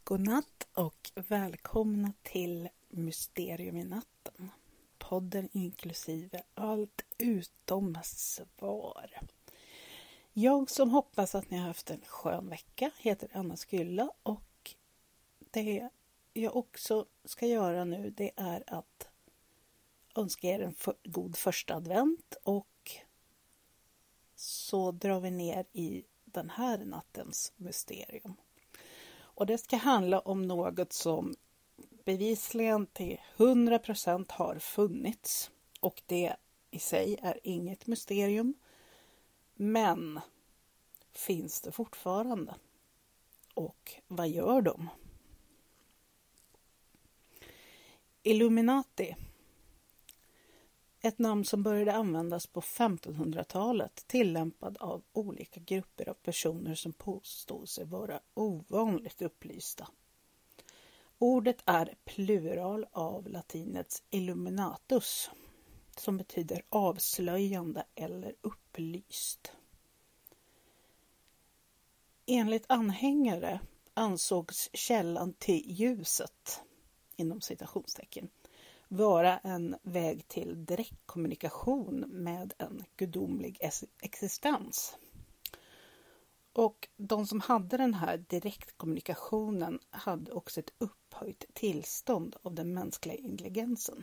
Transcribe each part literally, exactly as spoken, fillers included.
Godnatt och välkomna till Mysterium i natten. Podden inklusive allt utom svar. Jag som hoppas att ni har haft en skön vecka heter Anna Skylla, och det jag också ska göra nu det är att önska er en för, god första advent, och så drar vi ner i den här nattens mysterium. Och det ska handla om något som bevisligen till hundra procent har funnits. Och det i sig är inget mysterium. Men finns det fortfarande? Och vad gör de? Illuminati. Ett namn som började användas på femtonhundratalet, tillämpad av olika grupper av personer som påstod sig vara ovanligt upplysta. Ordet är plural av latinets illuminatus, som betyder avslöjande eller upplyst. Enligt anhängare ansågs källan till ljuset, inom citationstecken, vara en väg till direktkommunikation med en gudomlig existens. Och de som hade den här direktkommunikationen hade också ett upphöjt tillstånd av den mänskliga intelligensen.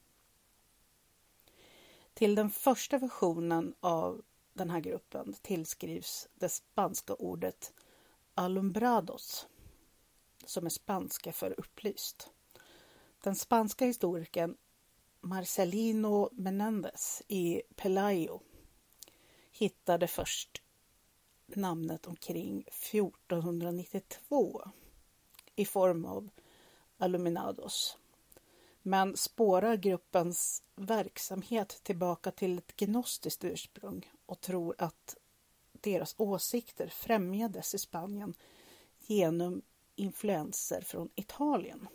Till den första versionen av den här gruppen tillskrivs det spanska ordet alumbrados, som är spanska för upplyst. Den spanska historikern Marcelino Menéndez i Pelayo hittade först namnet omkring fjortonhundranittiotvå i form av Aluminados, men spårar gruppens verksamhet tillbaka till ett gnostiskt ursprung och tror att deras åsikter främjades i Spanien genom influenser från Italien.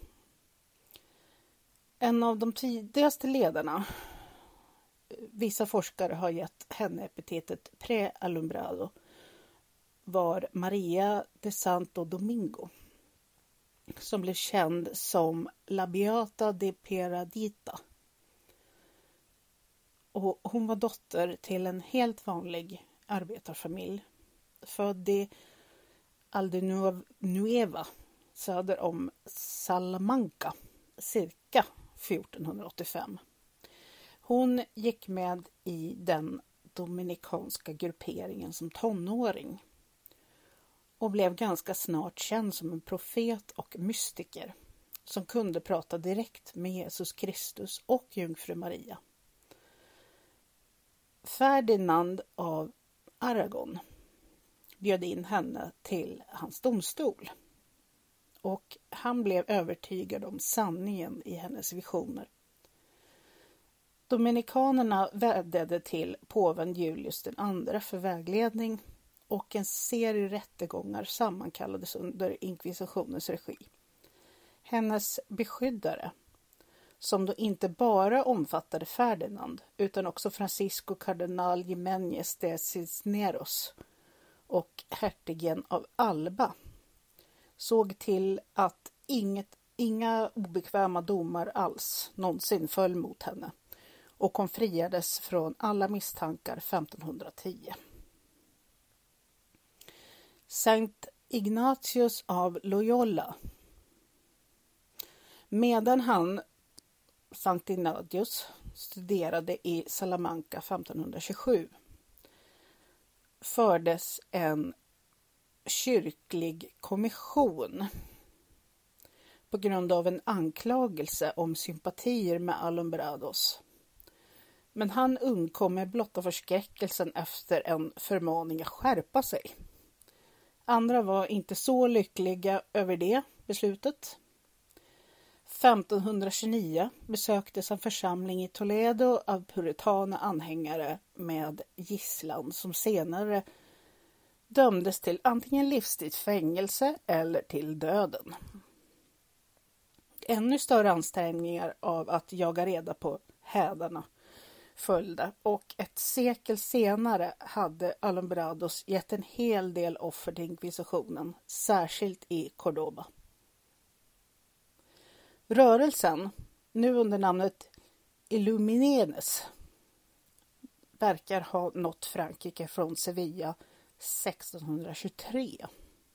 En av de tidigaste ledarna, vissa forskare har gett henne epitetet pre-alumbrado, var Maria de Santo Domingo, som blev känd som La Beata de Peradita. Och hon var dotter till en helt vanlig arbetarfamilj, född i Aldenueva söder om Salamanca, cirka fjortonhundraåttiofem. Hon gick med i den dominikanska grupperingen som tonåring och blev ganska snart känd som en profet och mystiker som kunde prata direkt med Jesus Kristus och jungfru Maria. Ferdinand av Aragon bjöd in henne till hans domstol, och han blev övertygad om sanningen i hennes visioner. Dominikanerna vädjade till påven Julius den andre för vägledning, och en serie rättegångar sammankallades under inkvisitionens regi. Hennes beskyddare, som då inte bara omfattade Ferdinand utan också Francisco Cardenal Jiménez de Cisneros och hertigen av Alba, såg till att inget, inga obekväma domar alls någonsin föll mot henne, och hon friades från alla misstankar femtonhundratio. Sankt Ignatius av Loyola. Medan han, Sankt Ignatius, studerade i Salamanca femtonhundratjugosju fördes en kyrklig kommission på grund av en anklagelse om sympatier med alumbrados. Men han undkom med blotta förskräckelsen efter en förmaning att skärpa sig. Andra var inte så lyckliga över det beslutet. femtonhundratjugonio besöktes en församling i Toledo av puritana anhängare med gisslan som senare dömdes till antingen livstidsfängelse eller till döden. Ännu större ansträngningar av att jaga reda på hädarna följde, och ett sekel senare hade Alumbrados gett en hel del offer till inkvisitionen, särskilt i Cordoba. Rörelsen, nu under namnet Illuminenes, verkar ha nått Frankrike från Sevilla sextonhundratjugotre.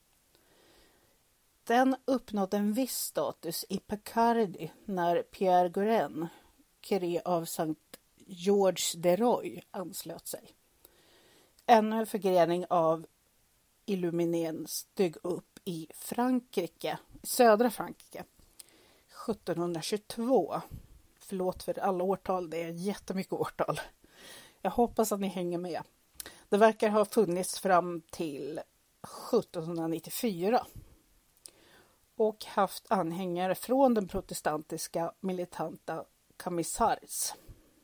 Den uppnådde en viss status i Picardie när Pierre Gauren, curé av Sankt Georges de Roy, anslöt sig. Ännu en förgrening av Illuminenes dök upp i Frankrike, södra Frankrike, sjuttonhundratjugotvå. Förlåt för alla årtal, det är jättemycket årtal. Jag hoppas att ni hänger med. Det verkar ha funnits fram till sjuttonhundranittiofyra och haft anhängare från den protestantiska militanta Camisards.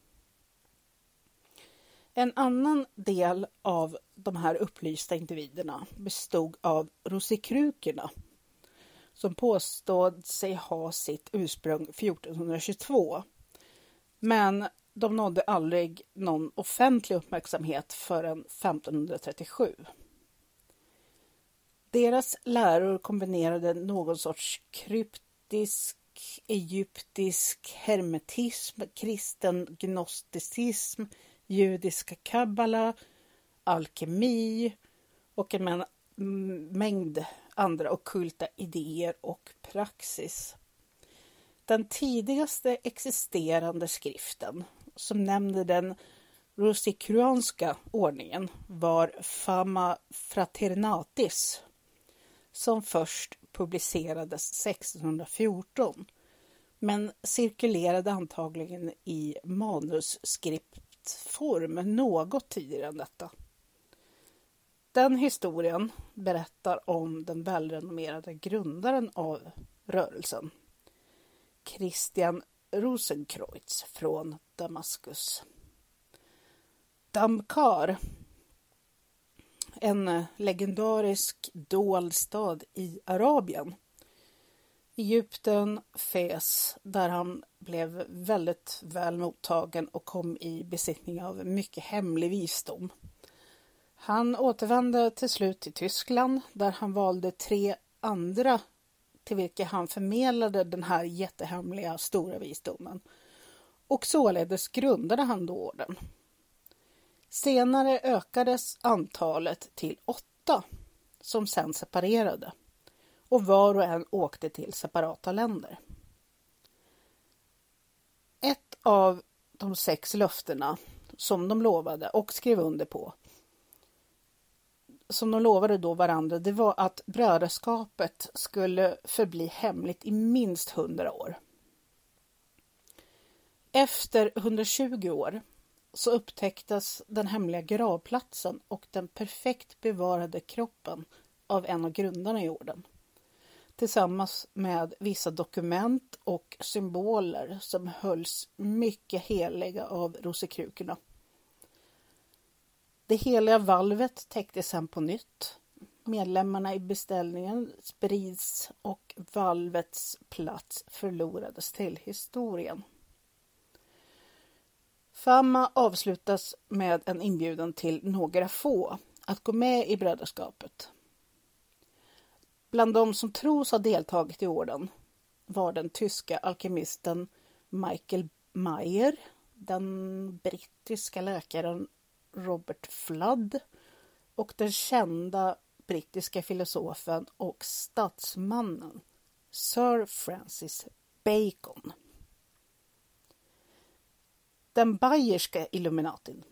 En annan del av de här upplysta individerna bestod av rosikrukerna, som påstod sig ha sitt ursprung fjortonhundratjugotvå, men de nådde aldrig någon offentlig uppmärksamhet förrän femtonhundratrettiosju. Deras läror kombinerade någon sorts kryptisk, egyptisk hermetism, kristen gnosticism, judiska kabbala, alkemi och en mängd andra ockulta idéer och praxis. Den tidigaste existerande skriften, som nämnde den rosikruanska ordningen, var Fama Fraternatis, som först publicerades sextonhundrafjorton, men cirkulerade antagligen i manuskriptform något tidigare än detta. Den historien berättar om den välrenommerade grundaren av rörelsen, Christian Rosenkreutz från Damaskus. Damkar, en legendarisk dold stad i Arabien, Egypten, Fes, där han blev väldigt väl mottagen och kom i besittning av mycket hemlig visdom. Han återvände till slut till Tyskland, där han valde tre andra till vilka han förmedlade den här jättehemliga stora visdomen. Och således grundade han då orden. Senare ökades antalet till åtta, som sedan separerade, och var och en åkte till separata länder. Ett av de sex löftena som de lovade och skrev under på, som de lovade då varandra, det var att brödraskapet skulle förbli hemligt i minst hundra år. Efter hundratjugo år så upptäcktes den hemliga gravplatsen och den perfekt bevarade kroppen av en av grundarna i orden, tillsammans med vissa dokument och symboler som hölls mycket heliga av rosikrukerna. Det heliga valvet täcktes sedan på nytt. Medlemmarna i beställningen sprids och valvets plats förlorades till historien. Fama avslutas med en inbjudan till några få att gå med i brödraskapet. Bland de som tros ha deltagit i orden var den tyska alkemisten Michael Mayer, den brittiska läkaren Robert Flood och den kända brittiska filosofen och statsmannen Sir Francis Bacon. Den bayerska Illuminatin.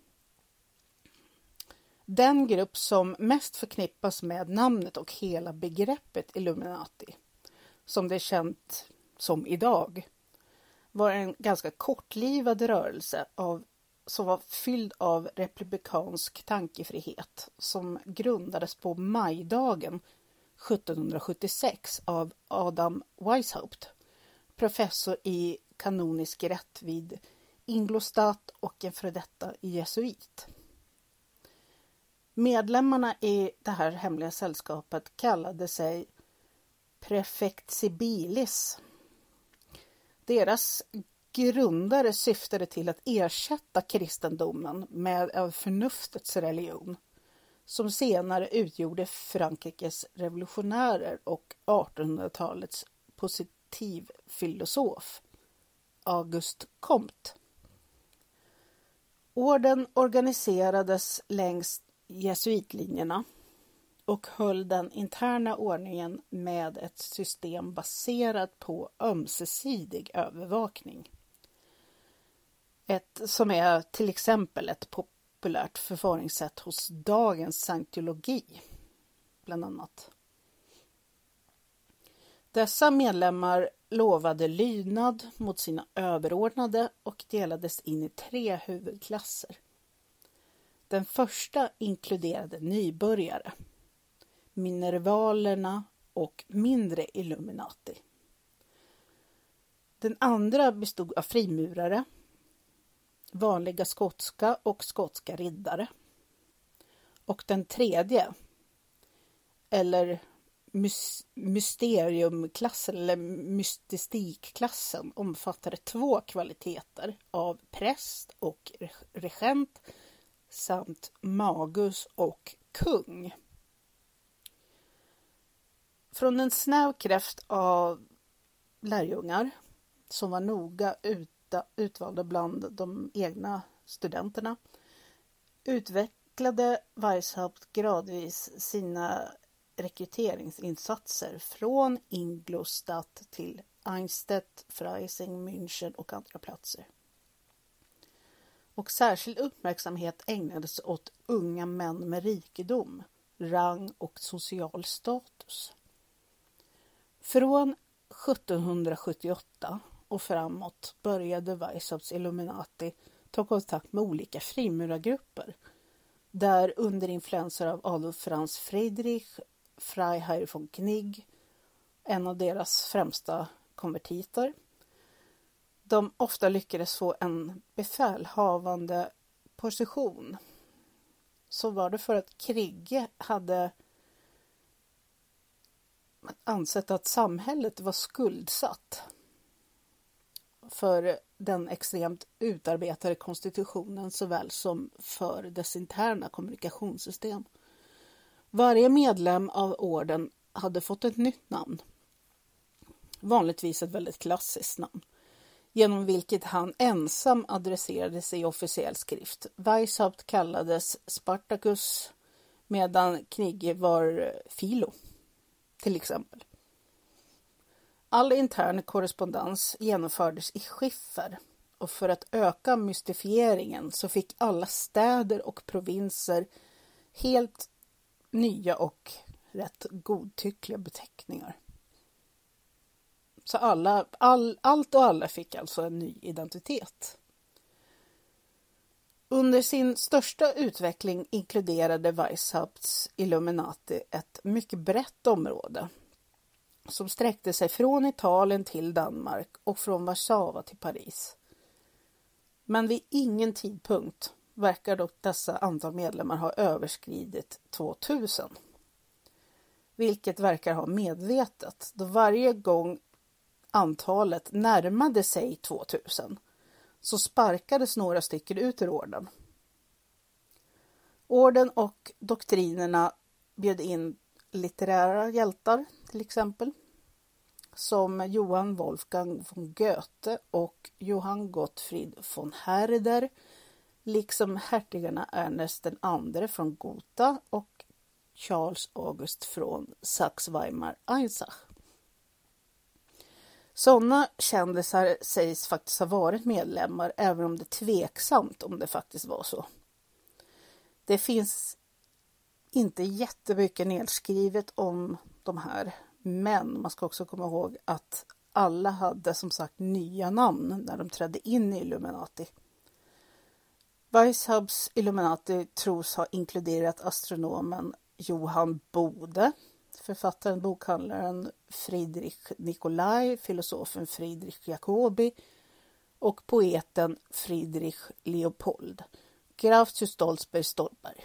Den grupp som mest förknippas med namnet och hela begreppet Illuminati, som det är känt som idag, var en ganska kortlivad rörelse av, som var fylld av republikansk tankefrihet, som grundades på majdagen sjuttonhundrasjuttiosex av Adam Weishaupt, professor i kanonisk rätt vid Ingolstadt och en före detta jesuit. Medlemmarna i det här hemliga sällskapet kallade sig Prefectibilis. Deras grundare syftade till att ersätta kristendomen med en förnuftets religion, som senare utgjorde Frankrikes revolutionärer och artonhundratalets motivfilosof Auguste Comte. Orden organiserades längs jesuitlinjerna och höll den interna ordningen med ett system baserat på ömsesidig övervakning. Ett som är till exempel ett populärt förfaringssätt hos dagens scientologi, bland annat. Dessa medlemmar lovade lydnad mot sina överordnade och delades in i tre huvudklasser. Den första inkluderade nybörjare, minervalerna och mindre Illuminati. Den andra bestod av frimurare, vanliga skotska och skotska riddare. Och den tredje, eller mysteriumklassen eller mystikklassen, omfattade två kvaliteter av präst och regent samt magus och kung. Från en snäv kräft av lärjungar som var noga uta, utvalda bland de egna studenterna utvecklade Weishaupt gradvis sina rekryteringsinsatser från Ingolstadt till Einsted, Freising, München och andra platser. Och särskild uppmärksamhet ägnades åt unga män med rikedom, rang och social status. Från sjuttonhundrasjuttioåtta och framåt började Weishaupts Illuminati ta kontakt med olika frimurargrupper, där under influenser av Adolf Franz Friedrich, Freiherr von Knigge, en av deras främsta konvertiter, de ofta lyckades få en befälhavande position. Så var det för att Knigge hade ansett att samhället var skuldsatt för den extremt utarbetade konstitutionen såväl som för dess interna kommunikationssystem. Varje medlem av orden hade fått ett nytt namn, vanligtvis ett väldigt klassiskt namn, genom vilket han ensam adresserade sig i officiell skrift. Weishaupt kallades Spartacus, medan Knigge var Philo, till exempel. All intern korrespondens genomfördes i skiffer, och för att öka mystifieringen så fick alla städer och provinser helt nya och rätt godtyckliga beteckningar. Så alla, all, allt och alla fick alltså en ny identitet. Under sin största utveckling inkluderade Weishaupts Illuminati ett mycket brett område som sträckte sig från Italien till Danmark och från Warszawa till Paris. Men vid ingen tidpunkt verkar dock dessa antal medlemmar ha överskridit tvåtusen. Vilket verkar ha medvetet, då varje gång antalet närmade sig tvåtusen så sparkades några stycken ut ur orden. Orden och doktrinerna bjöd in litterära hjältar till exempel, som Johann Wolfgang von Goethe och Johann Gottfried von Herder, liksom hertigarna Ernest den andre från Gotha och Charles August från Saxe-Weimar-Eisenach. Sådana kändisar sägs faktiskt ha varit medlemmar, även om det är tveksamt om det faktiskt var så. Det finns inte jättemycket nedskrivet om de här, men man ska också komma ihåg att alla hade som sagt nya namn när de trädde in i Illuminati. Weishaupts Illuminati tros ha inkluderat astronomen Johann Bode, författaren, bokhandlaren Friedrich Nicolai, filosofen Friedrich Jacobi och poeten Friedrich Leopold, Graf zu Stolzberg-Stolberg.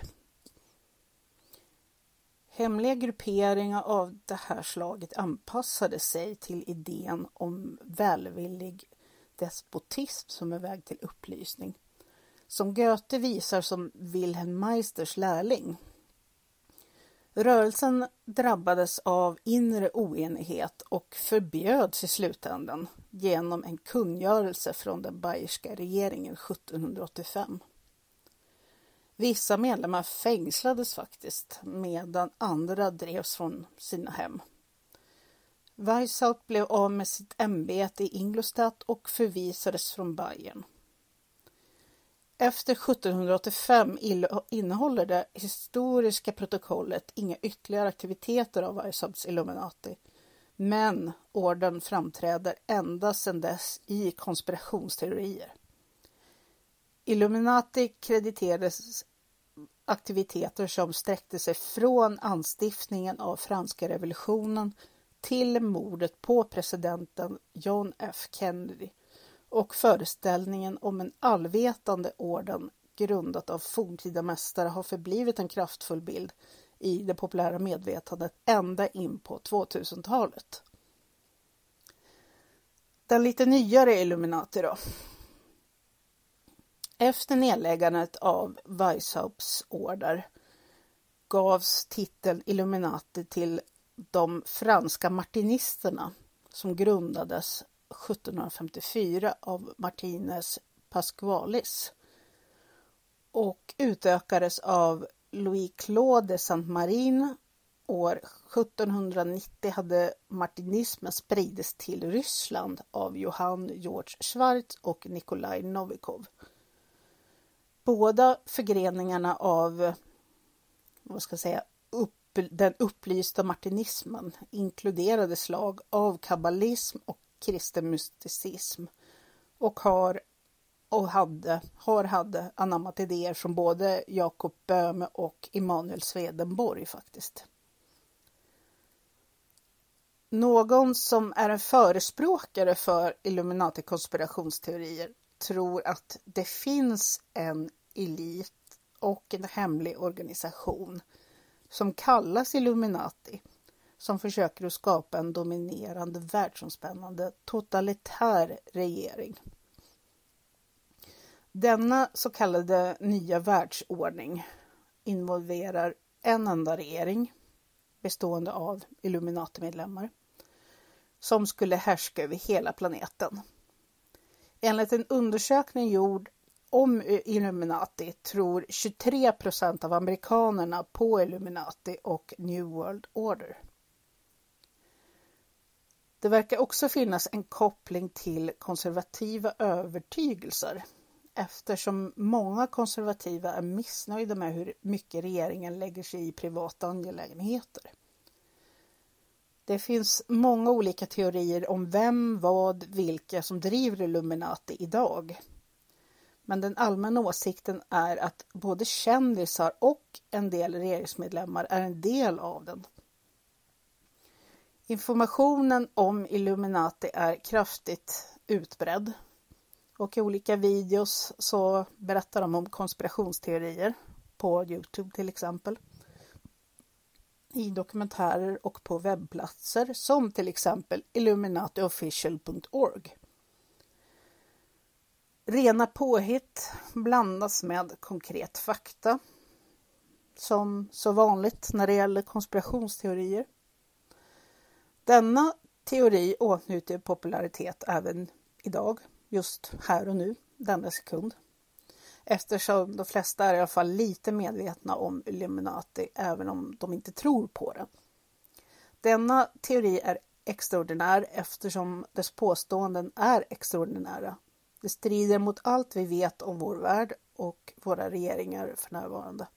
Hemliga grupperingar av det här slaget anpassade sig till idén om välvillig despotism som är väg till upplysning, som Goethe visar som Wilhelm Meisters lärling. Rörelsen drabbades av inre oenighet och förbjöds i slutändan genom en kungörelse från den bayerska regeringen sjuttonhundraåttiofem. Vissa medlemmar fängslades faktiskt, medan andra drevs från sina hem. Weishaupt blev av med sitt ämbete i Ingolstadt och förvisades från Bayern. Efter sjuttonhundraåttiofem innehåller det historiska protokollet inga ytterligare aktiviteter av Weishaupts Illuminati, men orden framträder ända sedan dess i konspirationsteorier. Illuminati krediterades aktiviteter som sträckte sig från anstiftningen av franska revolutionen till mordet på presidenten John F. Kennedy och föreställningen om en allvetande orden grundat av forntida mästare har förblivit en kraftfull bild i det populära medvetandet ända in på tvåtusentalet. Den lite nyare Illuminati då. Efter nedläggandet av Weishaupts order gavs titeln Illuminati till de franska martinisterna som grundades sjuttonhundrafemtiofyra av Martinez Pasqualis och utökades av Louis-Claude de Saint-Marin. År sjuttonhundranittio hade martinismen spridits till Ryssland av Johann Georg Schwarz och Nikolaj Novikov. Båda förgreningarna av vad ska jag säga, upp, den upplysta martinismen inkluderade slag av kabbalism och kristen mysticism och har och hade, har hade anammat idéer från både Jakob Böhme och Emanuel Swedenborg faktiskt. Någon som är en förespråkare för Illuminati-konspirationsteorier tror att det finns en elit och en hemlig organisation som kallas Illuminati som försöker att skapa en dominerande världsomspännande totalitär regering. Denna så kallade nya världsordning involverar en enda regering bestående av Illuminati-medlemmar som skulle härska över hela planeten. Enligt en undersökning gjord om Illuminati tror tjugotre procent av amerikanerna på Illuminati och New World Order. Det verkar också finnas en koppling till konservativa övertygelser eftersom många konservativa är missnöjda med hur mycket regeringen lägger sig i privata angelägenheter. Det finns många olika teorier om vem, vad, vilka som driver Illuminati idag. Men den allmänna åsikten är att både kändisar och en del regeringsmedlemmar är en del av den. Informationen om Illuminati är kraftigt utbredd. Och i olika videos så berättar de om konspirationsteorier på YouTube till exempel. I dokumentärer och på webbplatser som till exempel illuminati official punkt org. Rena påhitt blandas med konkret fakta som så vanligt när det gäller konspirationsteorier. Denna teori åtnjuter popularitet även idag, just här och nu, denna sekund. Eftersom de flesta är i alla fall lite medvetna om Illuminati även om de inte tror på det. Denna teori är extraordinär eftersom dess påståenden är extraordinära. Det strider mot allt vi vet om vår värld och våra regeringar för närvarande.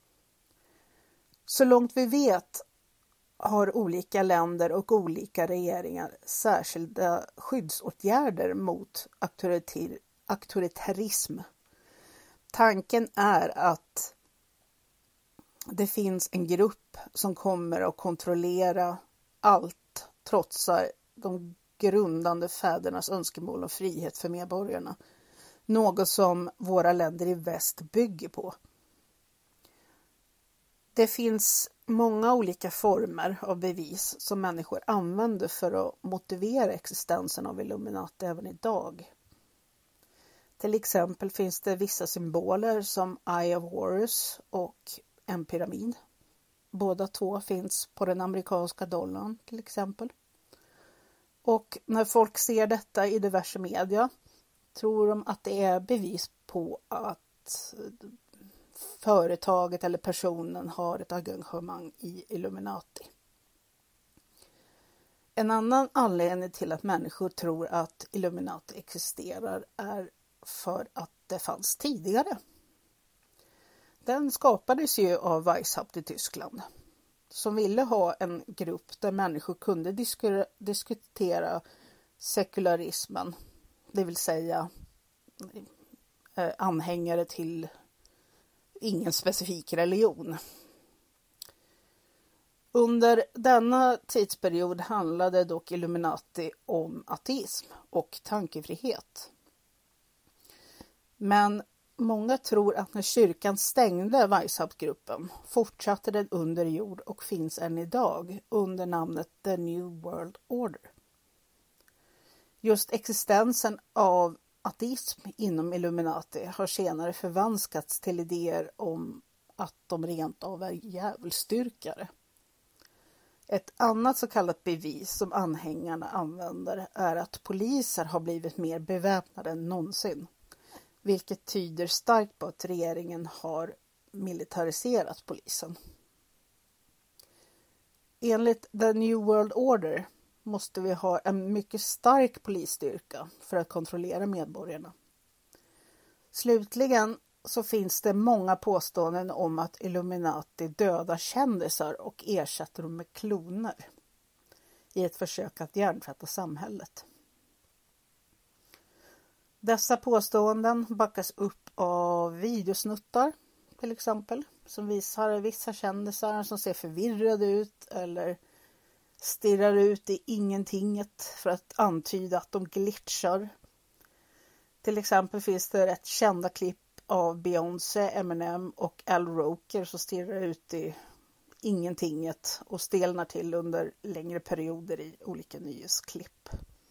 Så långt vi vet har olika länder och olika regeringar särskilda skyddsåtgärder mot auktoritär, auktoritarism. Tanken är att det finns en grupp som kommer att kontrollera allt trots de grundande fädernas önskemål om frihet för medborgarna. Något som våra länder i väst bygger på. Det finns många olika former av bevis som människor använder för att motivera existensen av Illuminati även idag. Till exempel finns det vissa symboler som Eye of Horus och en pyramid. Båda två finns på den amerikanska dollarn till exempel. Och när folk ser detta i diverse media tror de att det är bevis på att företaget eller personen har ett engagemang i Illuminati. En annan anledning till att människor tror att Illuminati existerar är för att det fanns tidigare. Den skapades ju av Weishaupt i Tyskland som ville ha en grupp där människor kunde disku- diskutera sekularismen, det vill säga eh, anhängare till ingen specifik religion. Under denna tidsperiod handlade dock Illuminati om ateism och tankefrihet. Men många tror att när kyrkan stängde Weishaupt-gruppen fortsatte den under jord och finns än idag under namnet The New World Order. Just existensen av ateism inom Illuminati har senare förvanskats till idéer om att de rent av är djävulsdyrkare. Ett annat så kallat bevis som anhängarna använder är att poliser har blivit mer beväpnade än någonsin, vilket tyder starkt på att regeringen har militariserat polisen. Enligt The New World Order måste vi ha en mycket stark polisstyrka för att kontrollera medborgarna. Slutligen så finns det många påståenden om att Illuminati dödar kändisar och ersätter dem med kloner i ett försök att hjärntvätta samhället. Dessa påståenden backas upp av videosnuttar till exempel som visar vissa kändisar som ser förvirrade ut eller stirrar ut i ingentinget för att antyda att de glitchar. Till exempel finns det rätt kända klipp av Beyoncé, Eminem och Al Roker som stirrar ut i ingentinget och stelnar till under längre perioder i olika nyhetsklipp.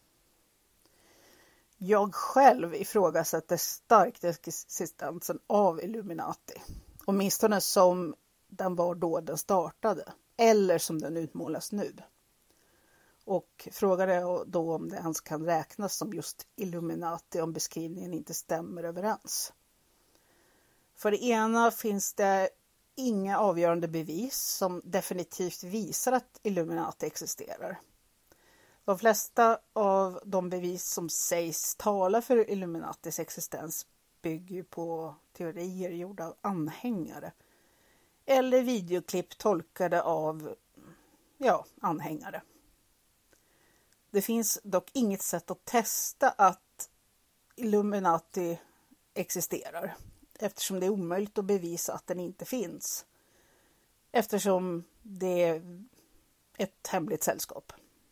Jag själv ifrågasätter starkt existensen av Illuminati, åtminstone som den var då den startade eller som den utmålas nu. Och frågade då om det ens kan räknas som just Illuminati om beskrivningen inte stämmer överens. För det ena finns det inga avgörande bevis som definitivt visar att Illuminati existerar. De flesta av de bevis som sägs tala för Illuminatis existens bygger på teorier gjorda av anhängare eller videoklipp tolkade av ja, anhängare. Det finns dock inget sätt att testa att Illuminati existerar eftersom det är omöjligt att bevisa att den inte finns eftersom det är ett hemligt sällskap.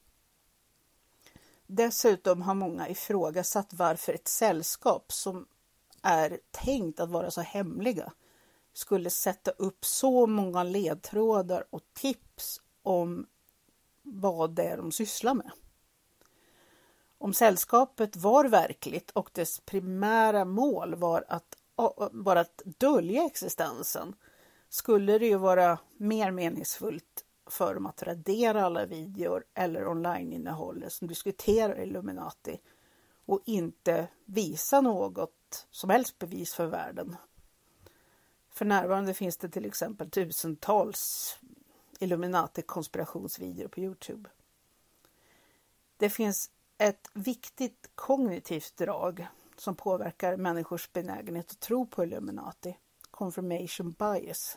Dessutom har många ifrågasatt varför ett sällskap som är tänkt att vara så hemliga skulle sätta upp så många ledtrådar och tips om vad det är de sysslar med. Om sällskapet var verkligt och dess primära mål var att, var att dölja existensen skulle det ju vara mer meningsfullt för dem att radera alla videor eller online-innehåll som diskuterar Illuminati och inte visa något som helst bevis för världen. För närvarande finns det till exempel tusentals Illuminati-konspirationsvideor på YouTube. Det finns ett viktigt kognitivt drag som påverkar människors benägenhet att tro på Illuminati, confirmation bias.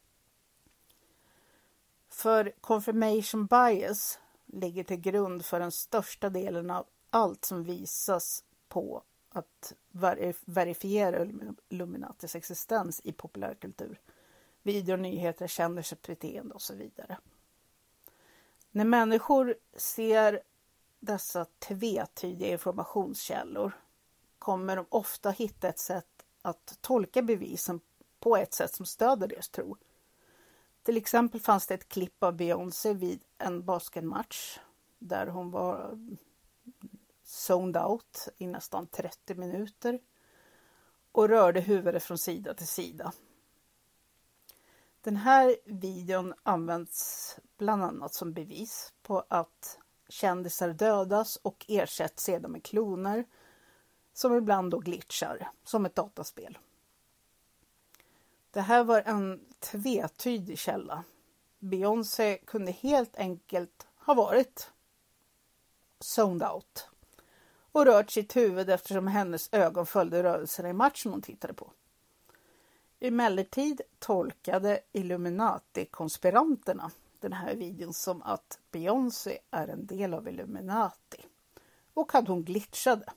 För confirmation bias ligger till grund för den största delen av allt som visas på att verifiera Illuminatis existens i populärkultur, video, nyheter, kändisbeteende och så vidare. När människor ser dessa tvetydiga informationskällor kommer de ofta hitta ett sätt att tolka bevisen på ett sätt som stöder deras tro. Till exempel fanns det ett klipp av Beyoncé vid en basketmatch där hon var zoned out i nästan trettio minuter och rörde huvudet från sida till sida. Den här videon används bland annat som bevis på att kändisar dödas och ersätts sedan med kloner som ibland då glitchar som ett dataspel. Det här var en tvetydig källa. Beyoncé kunde helt enkelt ha varit zoned out och rört sitt huvud eftersom hennes ögon följde rörelserna i matchen hon tittade på. Emellertid tolkade Illuminati-konspiranterna den här videon som att Beyoncé är en del av Illuminati och att hon glitchade.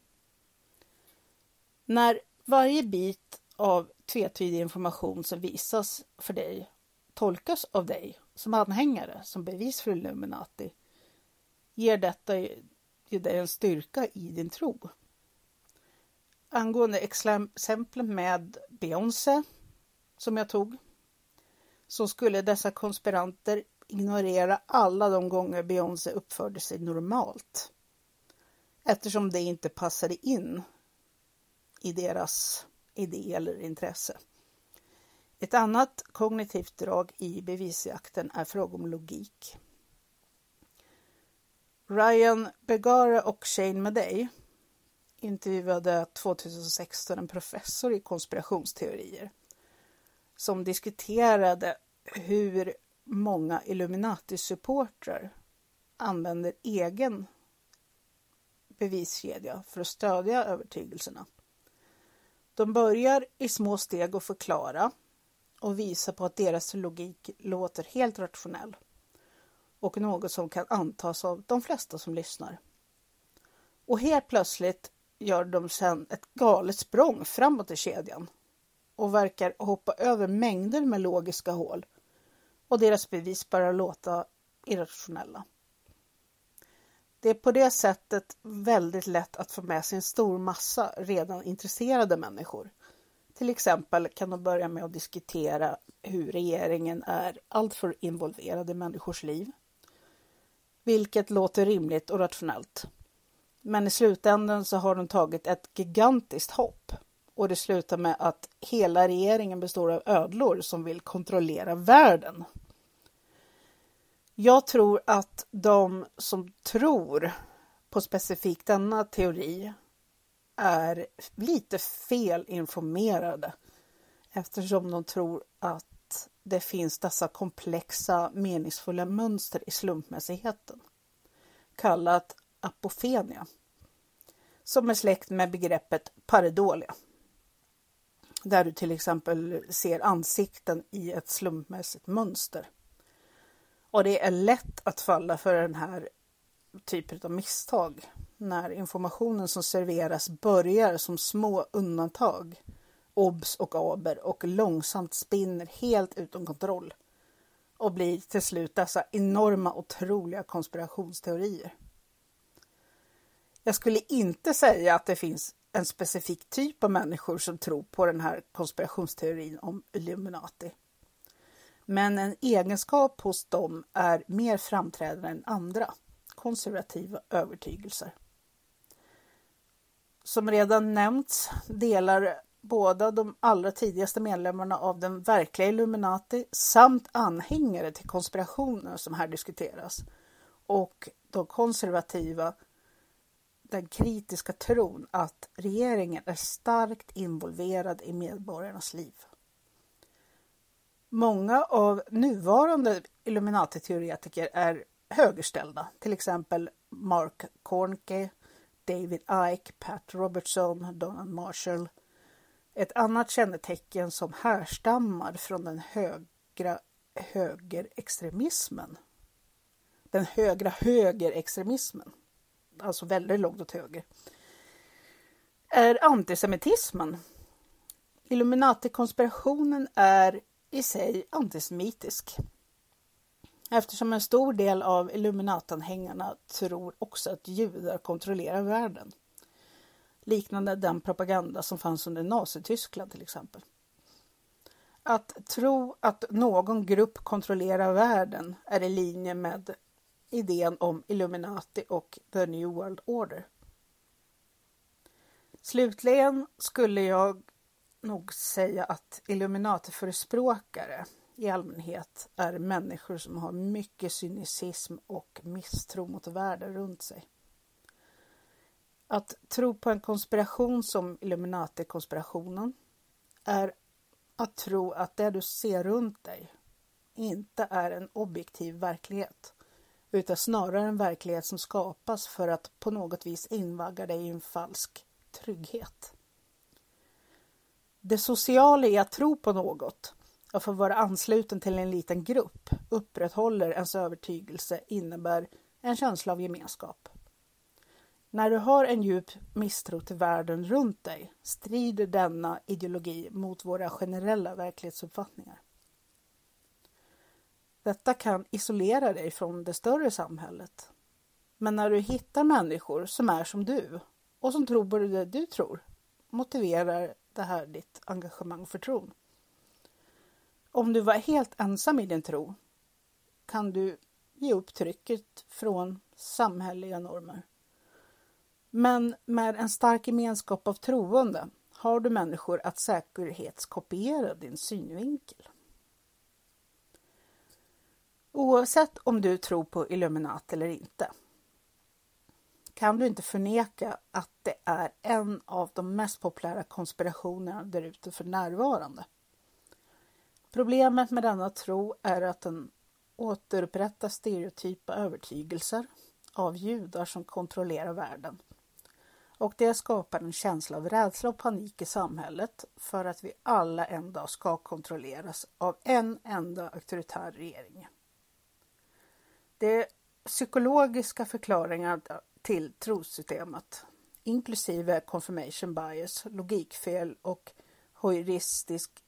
När varje bit av tvetydig information som visas för dig tolkas av dig som anhängare som bevis för Illuminati ger detta ju dig en styrka i din tro. Angående exemplen med Beyoncé som jag tog så skulle dessa konspiranter ignorera alla de gånger Beyoncé uppförde sig normalt eftersom det inte passade in i deras idé eller intresse. Ett annat kognitivt drag i bevisjakten är fråga om logik. Ryan Bergara och Shane Madej intervjuade tjugohundrasexton en professor i konspirationsteorier som diskuterade hur många Illuminati-supportrar använder egen beviskedja för att stödja övertygelserna. De börjar i små steg att förklara och visa på att deras logik låter helt rationell och något som kan antas av de flesta som lyssnar. Och helt plötsligt gör de sedan ett galet språng framåt i kedjan och verkar hoppa över mängder med logiska hål och deras bevis bara låta irrationella. Det är på det sättet väldigt lätt att få med sig en stor massa redan intresserade människor. Till exempel kan de börja med att diskutera hur regeringen är alltför involverad i människors liv. Vilket låter rimligt och rationellt. Men i slutändan så har de tagit ett gigantiskt hopp. Och det slutar med att hela regeringen består av ödlor som vill kontrollera världen. Jag tror att de som tror på specifikt denna teori är lite felinformerade eftersom de tror att det finns dessa komplexa meningsfulla mönster i slumpmässigheten kallat apofenia som är släkt med begreppet pareidolia där du till exempel ser ansikten i ett slumpmässigt mönster. Och det är lätt att falla för den här typen av misstag när informationen som serveras börjar som små undantag, obs och aber och långsamt spinner helt utom kontroll och blir till slut dessa enorma otroliga konspirationsteorier. Jag skulle inte säga att det finns en specifik typ av människor som tror på den här konspirationsteorin om Illuminati. Men en egenskap hos dem är mer framträdande än andra konservativa övertygelser. Som redan nämnts delar båda de allra tidigaste medlemmarna av den verkliga Illuminati samt anhängare till konspirationer som här diskuteras och de konservativa den kritiska tron att regeringen är starkt involverad i medborgarnas liv. Många av nuvarande Illuminati-teoretiker är högerställda, till exempel Mark Kornke, David Icke, Pat Robertson, Donald Marshall. Ett annat kännetecken som härstammar från den högra högerextremismen. Den högra högerextremismen, alltså väldigt långt åt höger, är antisemitismen. Illuminati-konspirationen är i sig antisemitisk. Eftersom en stor del av Illuminatanhängarna tror också att judar kontrollerar världen. Liknande den propaganda som fanns under Nazityskland till exempel. Att tro att någon grupp kontrollerar världen är i linje med idén om Illuminati och The New World Order. Slutligen skulle jag nog säga att Illuminati-förespråkare i allmänhet är människor som har mycket cynicism och misstro mot världen runt sig. Att tro på en konspiration som Illuminati-konspirationen är att tro att det du ser runt dig inte är en objektiv verklighet, utan snarare en verklighet som skapas för att på något vis invagga dig i en falsk trygghet. Det sociala i att tro på något, att få vara ansluten till en liten grupp, upprätthåller ens övertygelse, innebär en känsla av gemenskap. När du har en djup misstro till världen runt dig strider denna ideologi mot våra generella verklighetsuppfattningar. Detta kan isolera dig från det större samhället. Men när du hittar människor som är som du och som tror på det du tror, motiverar det här ditt engagemang för tron. Om du var helt ensam i din tro kan du ge upp trycket från samhälleliga normer. Men med en stark gemenskap av troende har du människor att säkerhetskopiera din synvinkel. Oavsett om du tror på Illuminati eller inte kan du inte förneka att det är en av de mest populära konspirationerna där ute för närvarande. Problemet med denna tro är att den återupprättar stereotypa övertygelser av judar som kontrollerar världen. Och det skapar en känsla av rädsla och panik i samhället för att vi alla en dag ska kontrolleras av en enda auktoritär regering. Det psykologiska förklaringar till trosystemet, inklusive confirmation bias, logikfel och heuristisk,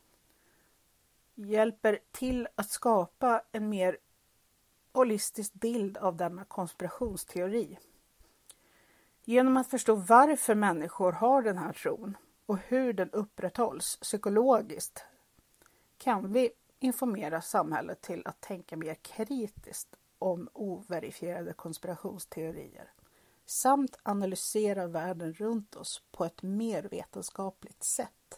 hjälper till att skapa en mer holistisk bild av denna konspirationsteori. Genom att förstå varför människor har den här tron och hur den upprätthålls psykologiskt kan vi informera samhället till att tänka mer kritiskt om overifierade konspirationsteorier samt analysera världen runt oss på ett mer vetenskapligt sätt.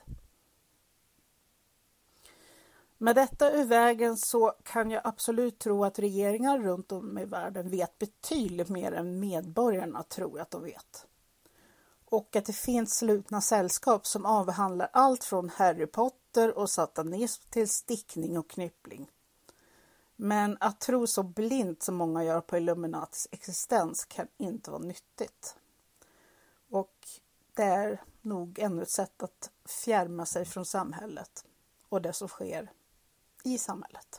Med detta ur vägen så kan jag absolut tro att regeringar runt om i världen vet betydligt mer än medborgarna tror att de vet. Och att det finns slutna sällskap som avhandlar allt från Harry Potter och satanism till stickning och knyppling. Men att tro så blint som många gör på Illuminatis existens kan inte vara nyttigt. Och det är nog ännu ett sätt att fjärma sig från samhället och det som sker i samhället.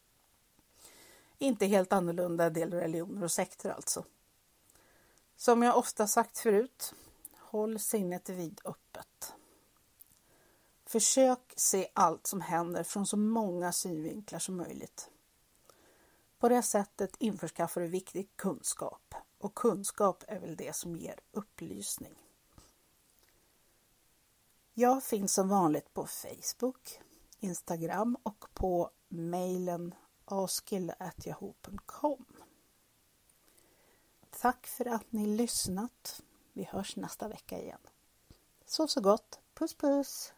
Inte helt annorlunda en del religioner och sekter alltså. Som jag ofta sagt förut, håll sinnet vidöppet. Försök se allt som händer från så många synvinklar som möjligt. På det sättet införskaffar du viktig kunskap. Och kunskap är väl det som ger upplysning. Jag finns som vanligt på Facebook, Instagram och på mejlen askille at yahoo punkt com. Tack för att ni lyssnat. Vi hörs nästa vecka igen. Sov så gott. Puss puss!